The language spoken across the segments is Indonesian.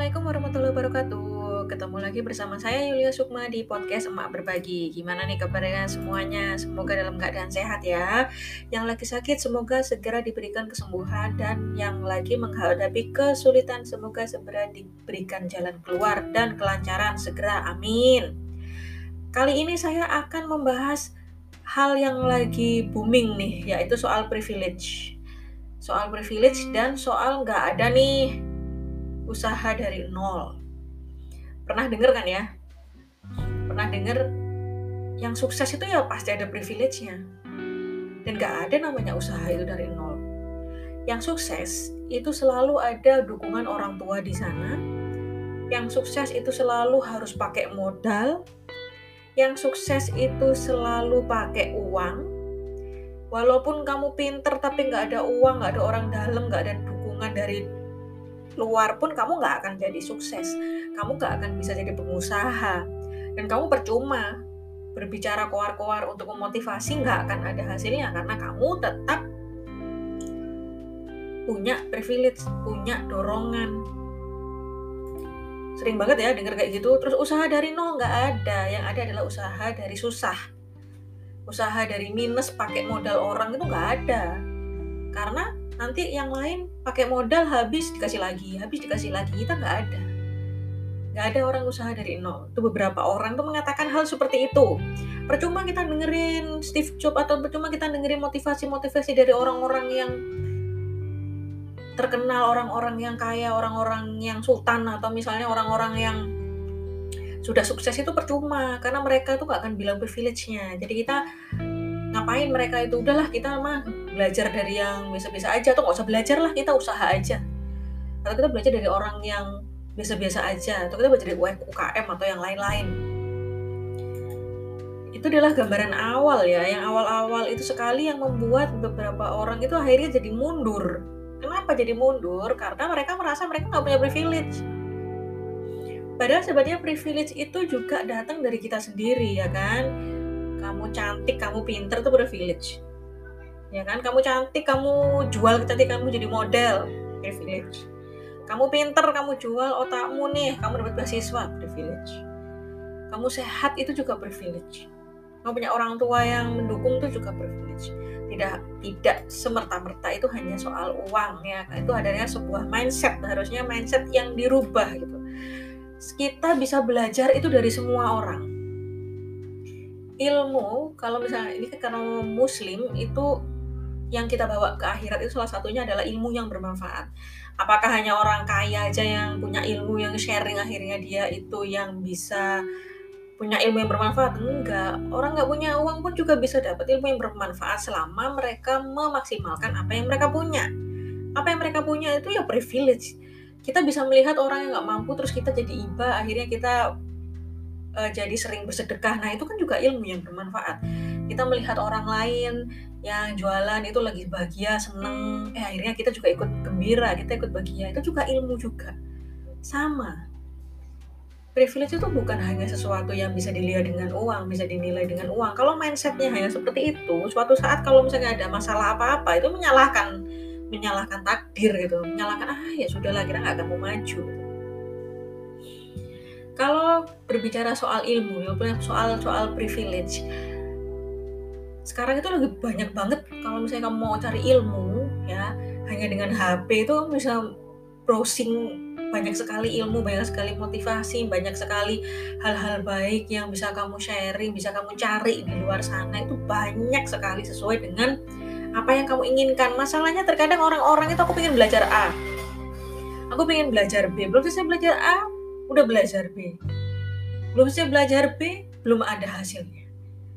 Assalamualaikum warahmatullahi wabarakatuh. Ketemu lagi bersama saya Yulia Sukma di podcast Emak Berbagi. Gimana nih kabarnya semuanya? Semoga dalam keadaan sehat ya. Yang lagi sakit semoga segera diberikan kesembuhan, dan yang lagi menghadapi kesulitan semoga segera diberikan jalan keluar dan kelancaran segera. Amin. Kali ini saya akan membahas hal yang lagi booming nih, yaitu soal privilege. Soal privilege dan soal nggak ada nih usaha dari nol. Pernah denger kan ya? Pernah denger yang sukses itu ya pasti ada privilege-nya. Dan gak ada namanya usaha itu dari nol. Yang sukses itu selalu ada dukungan orang tua di sana. Yang sukses itu selalu harus pakai modal. Yang sukses itu selalu pakai uang. Walaupun kamu pinter tapi gak ada uang, gak ada orang dalam, gak ada dukungan dari luar pun kamu gak akan jadi sukses. Kamu gak akan bisa jadi pengusaha. Dan kamu percuma berbicara koar-koar untuk memotivasi, gak akan ada hasilnya. Karena kamu tetap punya privilege, punya dorongan. Sering banget ya denger kayak gitu. Terus usaha dari nol gak ada. Yang ada adalah usaha dari susah. Usaha dari minus pakai modal orang itu gak ada. Karena nanti yang lain pakai modal habis dikasih lagi, kita nggak ada orang usaha dari nol. Itu beberapa orang tuh mengatakan hal seperti itu. Percuma kita dengerin Steve Jobs atau percuma kita dengerin motivasi dari orang-orang yang terkenal, orang-orang yang kaya, orang-orang yang sultan, atau misalnya orang-orang yang sudah sukses. Itu percuma karena mereka tuh nggak akan bilang privilege-nya. Jadi kita ngapain mereka itu, udahlah kita mah belajar dari yang biasa-biasa aja, atau nggak usah belajar lah, kita usaha aja. Atau kita belajar dari orang yang biasa-biasa aja, atau kita belajar dari UKM atau yang lain-lain. Itu adalah gambaran awal ya, yang awal-awal itu sekali yang membuat beberapa orang itu akhirnya jadi mundur. Kenapa jadi mundur? Karena mereka merasa mereka nggak punya privilege. Padahal sebenarnya privilege itu juga datang dari kita sendiri, ya kan? Kamu cantik, kamu pinter itu privilege. Ya kan? Kamu cantik, kamu jual kecantikan kamu jadi model, privilege. Kamu pinter, kamu jual otakmu nih, kamu dapat beasiswa, privilege. Kamu sehat itu juga privilege. Kamu punya orang tua yang mendukung itu juga privilege. Tidak semerta-merta itu hanya soal uang ya. Itu adanya sebuah mindset, harusnya mindset yang dirubah gitu. Kita bisa belajar itu dari semua orang. Ilmu, kalau misalnya ini kan karena muslim, itu yang kita bawa ke akhirat itu salah satunya adalah ilmu yang bermanfaat. Apakah hanya orang kaya aja yang punya ilmu yang sharing akhirnya dia itu yang bisa punya ilmu yang bermanfaat? Enggak. Orang nggak punya uang pun juga bisa dapat ilmu yang bermanfaat selama mereka memaksimalkan apa yang mereka punya. Apa yang mereka punya itu ya privilege. Kita bisa melihat orang yang nggak mampu terus kita jadi iba, akhirnya kita jadi sering bersedekah. Nah itu kan juga ilmu yang bermanfaat. Kita melihat orang lain yang jualan itu lagi bahagia, seneng, akhirnya kita juga ikut gembira, kita ikut bahagia. Itu juga ilmu juga. Sama. Privilege itu bukan hanya sesuatu yang bisa dilihat dengan uang, bisa dinilai dengan uang. Kalau mindsetnya hanya seperti itu, suatu saat kalau misalnya ada masalah apa-apa, itu menyalahkan takdir gitu. Menyalahkan, ya sudahlah, kita nggak akan mau maju. Kalau berbicara soal ilmu, soal privilege, sekarang itu lagi banyak banget. Kalau misalnya kamu mau cari ilmu, ya hanya dengan HP itu bisa browsing banyak sekali ilmu, banyak sekali motivasi, banyak sekali hal-hal baik yang bisa kamu sharing, bisa kamu cari di luar sana. Itu banyak sekali sesuai dengan apa yang kamu inginkan. Masalahnya terkadang orang-orang itu, aku pengen belajar A, aku pengen belajar B, belum selesai belajar A udah belajar B, belum selesai belajar B belum ada hasilnya.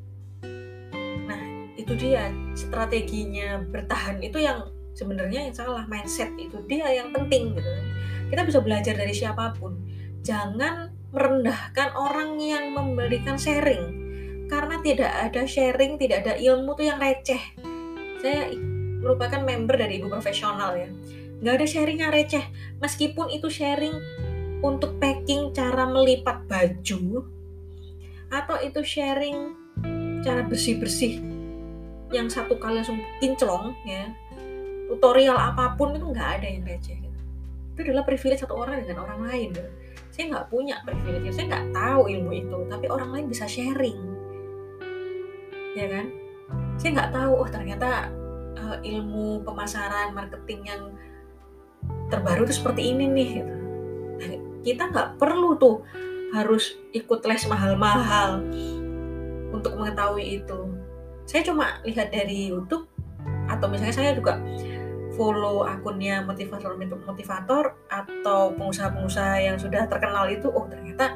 Nah itu dia strateginya bertahan, itu yang sebenarnya yang salah. Mindset itu dia yang penting gitu. Kita bisa belajar dari siapapun. Jangan merendahkan orang yang memberikan sharing, karena tidak ada sharing, tidak ada ilmu tuh yang receh. Saya merupakan member dari Ibu Profesional ya, nggak ada sharing yang receh. Meskipun itu sharing untuk packing cara melipat baju, atau itu sharing cara bersih-bersih yang satu kali langsung kinclong ya, tutorial apapun itu nggak ada yang receh gitu. itu adalah privilege satu orang dengan orang lain. Saya nggak punya privilege, saya nggak tahu ilmu itu, tapi orang lain bisa sharing, ya kan? Saya nggak tahu, ternyata ilmu pemasaran, marketing yang terbaru itu seperti ini nih. Gitu. Nah, kita nggak perlu tuh harus ikut les mahal-mahal untuk mengetahui itu. Saya cuma lihat dari YouTube, atau misalnya saya juga follow akunnya motivator atau pengusaha-pengusaha yang sudah terkenal itu, ternyata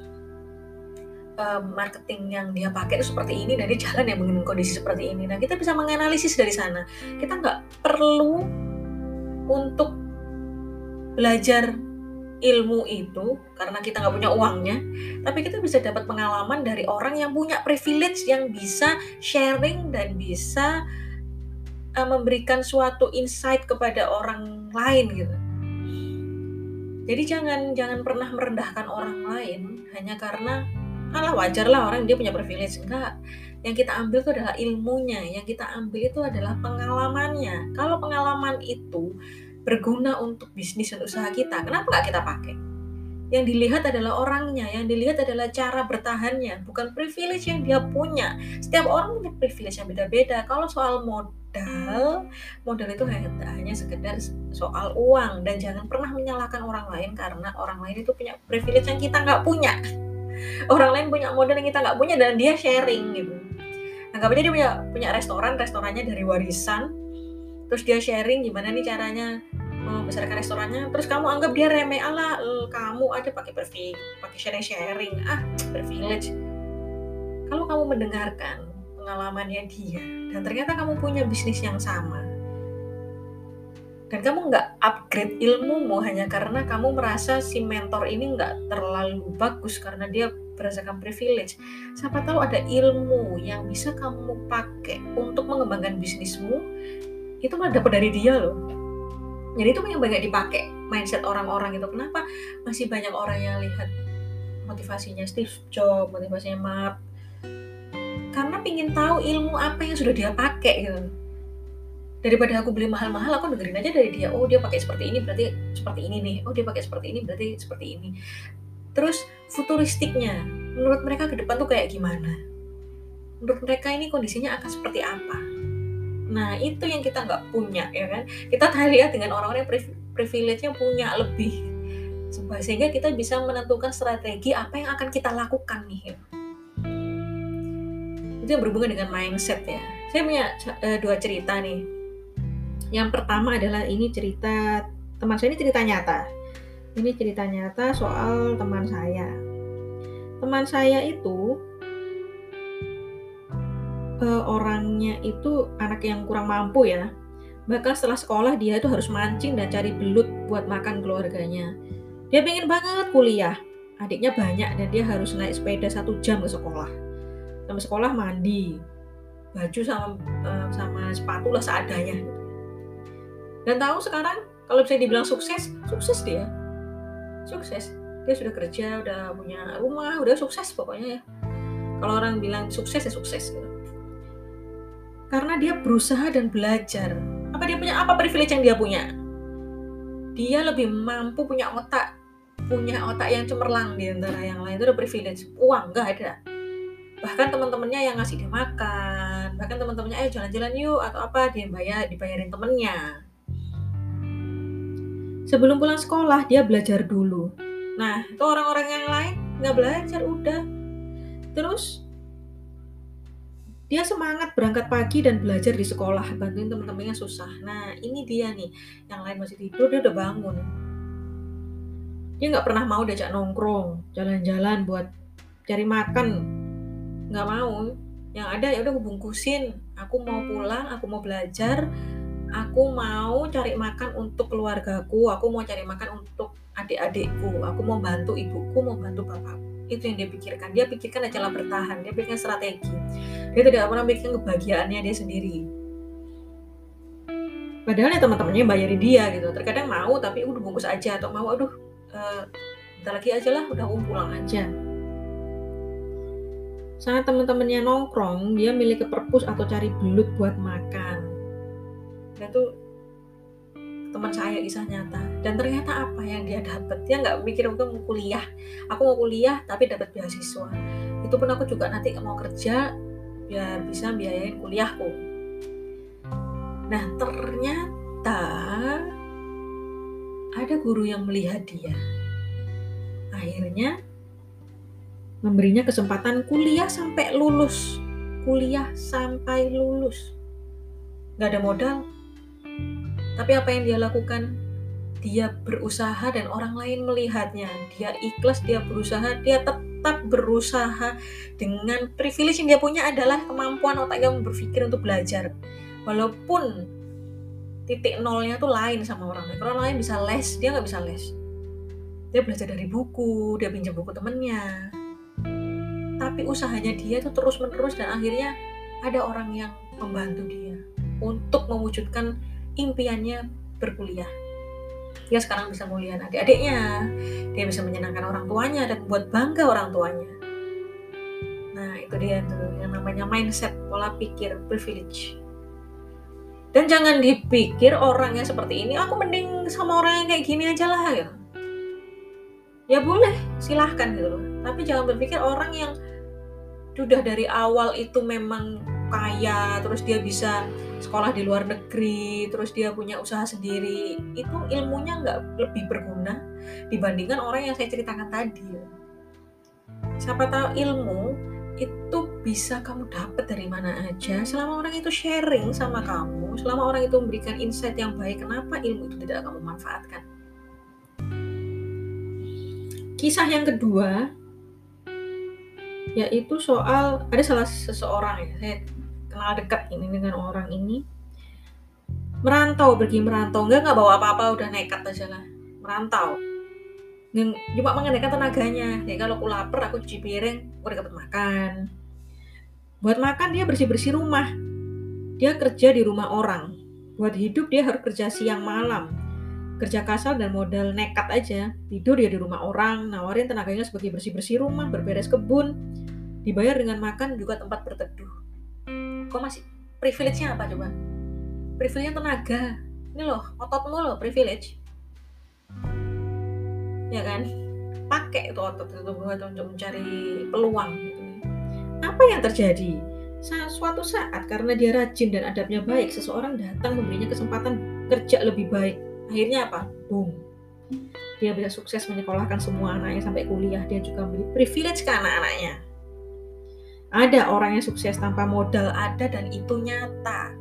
marketing yang dia pakai itu seperti ini, dari jalan yang dengan kondisi seperti ini. Nah, kita bisa menganalisis dari sana. Kita nggak perlu untuk belajar ilmu itu karena kita nggak punya uangnya, tapi kita bisa dapat pengalaman dari orang yang punya privilege, yang bisa sharing dan bisa memberikan suatu insight kepada orang lain gitu. Jadi jangan pernah merendahkan orang lain hanya karena wajar lah orang dia punya privilege. Enggak, yang kita ambil itu adalah ilmunya, yang kita ambil itu adalah pengalamannya. Kalau pengalaman itu berguna untuk bisnis dan usaha kita, kenapa nggak kita pakai? Yang dilihat adalah orangnya, yang dilihat adalah cara bertahannya, bukan privilege yang dia punya. Setiap orang punya privilege yang beda-beda. Kalau soal modal itu hanya sekedar soal uang, dan jangan pernah menyalahkan orang lain karena orang lain itu punya privilege yang kita nggak punya. Orang lain punya modal yang kita nggak punya dan dia sharing gitu. Anggap aja dia punya restorannya dari warisan, terus dia sharing gimana nih caranya membesarkan restorannya, terus kamu anggap dia remeh, kamu aja pakai sharing, privilege. Kalau kamu mendengarkan pengalamannya dia dan ternyata kamu punya bisnis yang sama dan kamu nggak upgrade ilmumu hanya karena kamu merasa si mentor ini nggak terlalu bagus karena dia berdasarkan privilege, siapa tahu ada ilmu yang bisa kamu pakai untuk mengembangkan bisnismu, itu malah dapat dari dia loh. Jadi itu yang banyak dipakai mindset orang-orang itu. Kenapa masih banyak orang yang lihat motivasinya Steve Jobs, motivasinya Mark, karena pingin tahu ilmu apa yang sudah dia pakai gitu. Daripada aku beli mahal-mahal, aku dengerin aja dari dia. Dia pakai seperti ini berarti seperti ini nih. Dia pakai seperti ini berarti seperti ini. Terus futuristiknya, menurut mereka ke depan tuh kayak gimana? Menurut mereka ini kondisinya akan seperti apa? Nah, itu yang kita nggak punya, ya kan? Kita lihat dengan orang-orang yang privilege-nya punya lebih, sehingga kita bisa menentukan strategi apa yang akan kita lakukan nih. Itu yang berhubungan dengan mindset ya. Saya punya 2 cerita nih. Yang pertama adalah ini cerita teman saya, ini cerita nyata. Ini cerita nyata soal teman saya. Teman saya itu orangnya itu anak yang kurang mampu ya. Bahkan setelah sekolah dia itu harus mancing dan cari belut buat makan keluarganya. Dia pengen banget kuliah. Adiknya banyak dan dia harus naik sepeda 1 jam ke sekolah. Sampai sekolah mandi, baju sama sepatu lah seadanya. Dan tahu sekarang kalau bisa dibilang sukses dia. Sukses. Dia sudah kerja, udah punya rumah, udah sukses pokoknya ya. Kalau orang bilang sukses ya sukses gitu. Karena dia berusaha dan belajar. Apa privilege yang dia punya? Dia lebih mampu, punya otak yang cemerlang di antara yang lain. Itu udah privilege. Uang nggak ada. Bahkan teman-temannya yang ngasih dia makan, bahkan teman-temannya ayo jalan-jalan yuk atau apa, dia dibayarin temennya. Sebelum pulang sekolah dia belajar dulu. Nah, itu orang-orang yang lain nggak belajar udah. Terus dia semangat berangkat pagi dan belajar di sekolah, bantuin teman-temannya susah. Nah, ini dia nih, yang lain masih tidur, dia udah bangun. Dia nggak pernah mau diajak nongkrong, jalan-jalan buat cari makan, nggak mau. Yang ada ya udah bungkusin. Aku mau pulang, aku mau belajar, aku mau cari makan untuk keluargaku, aku mau cari makan untuk adik-adikku, aku mau bantu ibuku, mau bantu bapakku. Itu yang dia pikirkan. Dia pikirkan adalah bertahan, dia pikirkan strategi. Dia tidak pernah mikirkan kebahagiaannya dia sendiri. Padahal ya teman-temannya bayarin dia gitu. Terkadang mau tapi udah bungkus aja, atau mau bentar lagi aja lah, udah pulang aja. Saat teman-temannya nongkrong, dia milih ke perpus atau cari belut buat makan. Dan tuh teman saya kisah nyata. Dan ternyata apa yang dia dapat? Dia nggak mikir aku mau kuliah. Aku mau kuliah tapi dapat beasiswa. Itu pun aku juga nanti mau kerja biar bisa biayain kuliahku. Nah, ternyata ada guru yang melihat dia. Akhirnya memberinya kesempatan kuliah sampai lulus. Gak ada modal. Tapi apa yang dia lakukan? Dia berusaha dan orang lain melihatnya. Dia ikhlas, dia berusaha, dia tetap berusaha dengan privilege yang dia punya adalah kemampuan otak yang berpikir untuk belajar. Walaupun titik nolnya tuh lain sama orang lain. Kalau orang lain bisa les, dia gak bisa les. Dia belajar dari buku, dia pinjam buku temennya. Tapi usahanya dia tuh terus-menerus dan akhirnya ada orang yang membantu dia untuk mewujudkan impiannya berkuliah. Dia sekarang bisa muliakan adik-adiknya, dia bisa menyenangkan orang tuanya dan buat bangga orang tuanya. Nah, itu dia tuh yang namanya mindset, pola pikir, privilege. Dan jangan dipikir orang yang seperti ini, aku mending sama orang yang kayak gini aja lah gitu. Ya boleh, silahkan gitu loh. Tapi jangan berpikir orang yang sudah dari awal itu memang kaya, terus dia bisa sekolah di luar negeri, terus dia punya usaha sendiri, itu ilmunya nggak lebih berguna dibandingkan orang yang saya ceritakan tadi. Siapa tahu ilmu itu bisa kamu dapat dari mana aja, selama orang itu sharing sama kamu, selama orang itu memberikan insight yang baik, kenapa ilmu itu tidak kamu manfaatkan? Kisah yang kedua yaitu soal ada salah seseorang ya, saya kenal dekat ini dengan orang ini, pergi merantau, nggak bawa apa-apa, udah nekat aja lah, merantau, cuma mengandalkan tenaganya. Jadi kalau aku lapar, aku cuci piring, aku dapat makan. Buat makan dia bersih-bersih rumah, dia kerja di rumah orang. Buat hidup dia harus kerja siang malam, kerja kasar dan modal nekat aja. Tidur dia di rumah orang, nawarin tenaganya sebagai bersih-bersih rumah, berberes kebun, dibayar dengan makan juga tempat berteduh. Kok masih privilege-nya apa coba? Privilege-nya tenaga. Ini loh, ototmu loh privilege. Ya kan? Pakai itu otot itu buat untuk mencari peluang gitu. Apa yang terjadi? Suatu saat karena dia rajin dan adabnya baik, seseorang datang memberinya kesempatan kerja lebih baik. Akhirnya apa? Boom. Dia bisa sukses menyekolahkan semua anaknya sampai kuliah. Dia juga memberi privilege ke anak-anaknya. Ada orang yang sukses tanpa modal, ada, dan itu nyata.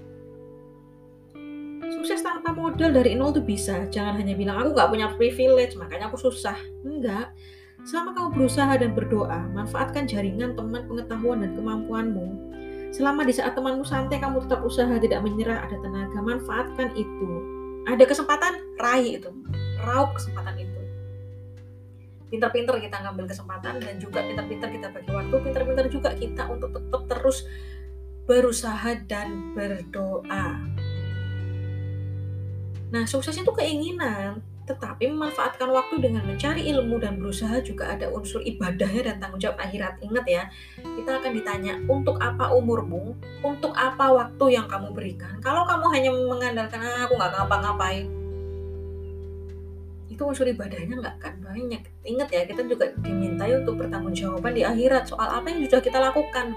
Sukses tanpa modal dari nol tuh bisa. Jangan hanya bilang aku gak punya privilege makanya aku susah. Enggak. Selama kamu berusaha dan berdoa, manfaatkan jaringan teman, pengetahuan dan kemampuanmu. Selama di saat temanmu santai kamu tetap usaha, tidak menyerah, ada tenaga, manfaatkan itu. Ada kesempatan, raih itu. Raup kesempatan itu. Pintar-pintar kita ngambil kesempatan dan juga pintar-pintar kita bagi waktu, pintar-pintar juga kita untuk tetap terus berusaha dan berdoa. Nah, sukses itu keinginan, tetapi memanfaatkan waktu dengan mencari ilmu dan berusaha juga ada unsur ibadahnya dan tanggung jawab akhirat. Ingat ya, kita akan ditanya untuk apa umurmu, untuk apa waktu yang kamu berikan. Kalau kamu hanya mengandalkan aku nggak ngapa-ngapain, itu unsur ibadahnya nggak akan banyak. Ingat ya, kita juga dimintai untuk bertanggungjawaban di akhirat soal apa yang sudah kita lakukan.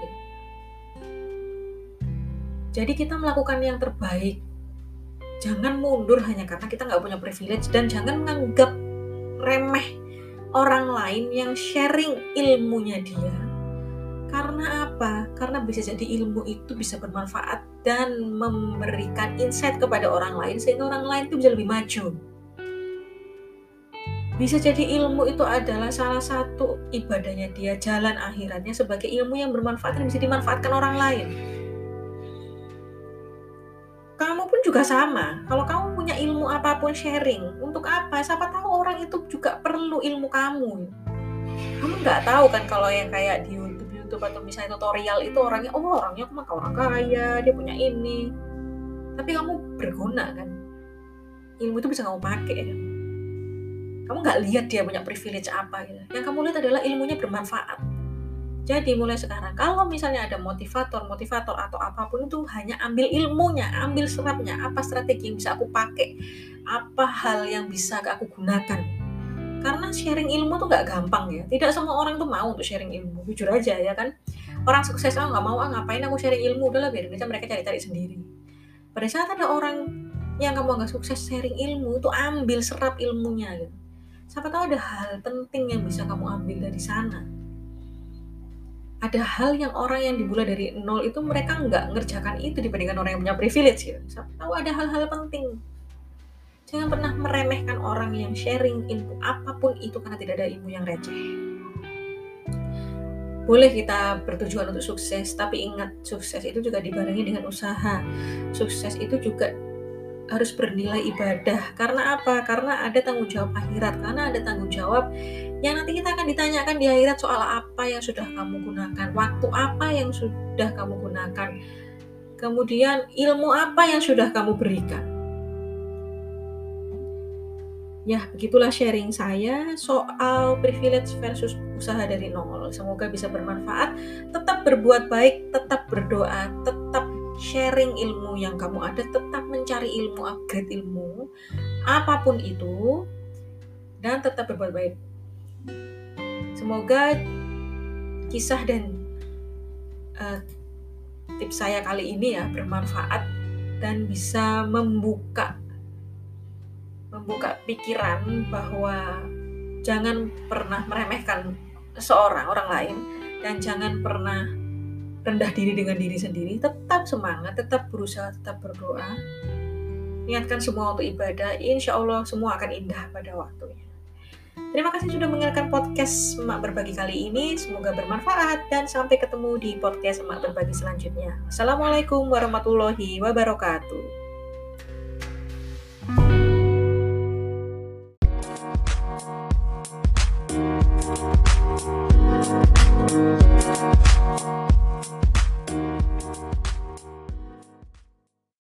Jadi kita melakukan yang terbaik. Jangan mundur hanya karena kita nggak punya privilege, dan jangan menganggap remeh orang lain yang sharing ilmunya dia. Karena apa? Karena bisa jadi ilmu itu bisa bermanfaat dan memberikan insight kepada orang lain sehingga orang lain itu bisa lebih maju. Bisa jadi ilmu itu adalah salah satu ibadahnya dia, jalan akhiratnya sebagai ilmu yang bermanfaat dan bisa dimanfaatkan orang lain. Kamu pun juga sama. Kalau kamu punya ilmu apapun, sharing. Untuk apa? Siapa tahu orang itu juga perlu ilmu kamu. Kamu nggak tahu kan kalau yang kayak di YouTube atau misalnya tutorial itu orangnya cuma orang kaya, dia punya ini. Tapi kamu berguna kan? Ilmu itu bisa kamu pakai kan? Kamu nggak lihat dia punya privilege apa gitu. Yang kamu lihat adalah ilmunya bermanfaat. Jadi mulai sekarang kalau misalnya ada motivator atau apapun itu hanya ambil ilmunya, ambil serapnya, apa strategi yang bisa aku pakai, apa hal yang bisa aku gunakan. Karena sharing ilmu tuh nggak gampang ya. Tidak semua orang tuh mau untuk sharing ilmu, jujur aja ya kan. Orang sukses nggak mau ngapain aku sharing ilmu, udahlah biarin aja mereka cari-cari sendiri. Pada saat ada orang yang kamu nggak sukses sharing ilmu, tuh ambil serap ilmunya gitu. Siapa tahu ada hal penting yang bisa kamu ambil dari sana. Ada hal yang orang yang dimulai dari nol itu mereka nggak ngerjakan itu dibandingkan orang yang punya privilege gitu. Siapa tahu ada hal-hal penting. Jangan pernah meremehkan orang yang sharing ilmu apapun itu karena tidak ada ilmu yang receh. Boleh kita bertujuan untuk sukses, tapi ingat sukses itu juga dibarengi dengan usaha. Sukses itu juga harus bernilai ibadah. Karena apa? Karena ada tanggung jawab akhirat. Karena ada tanggung jawab yang nanti kita akan ditanyakan di akhirat soal apa yang sudah kamu gunakan, waktu apa yang sudah kamu gunakan, kemudian ilmu apa yang sudah kamu berikan. Ya, begitulah sharing saya soal privilege versus usaha dari nol. Semoga bisa bermanfaat. Tetap berbuat baik, tetap berdoa, tetap sharing ilmu yang kamu ada, tetap mencari ilmu, upgrade ilmu, apapun itu, dan tetap berbuat baik. Semoga kisah dan tips saya kali ini ya bermanfaat dan bisa membuka pikiran bahwa jangan pernah meremehkan orang lain dan jangan pernah rendah diri dengan diri sendiri. Tetap semangat, tetap berusaha, tetap berdoa. Niatkan semua untuk ibadah, insya Allah semua akan indah pada waktunya. Terima kasih sudah mendengarkan podcast Emak Berbagi kali ini. Semoga bermanfaat dan sampai ketemu di podcast Emak Berbagi selanjutnya. Assalamualaikum warahmatullahi wabarakatuh.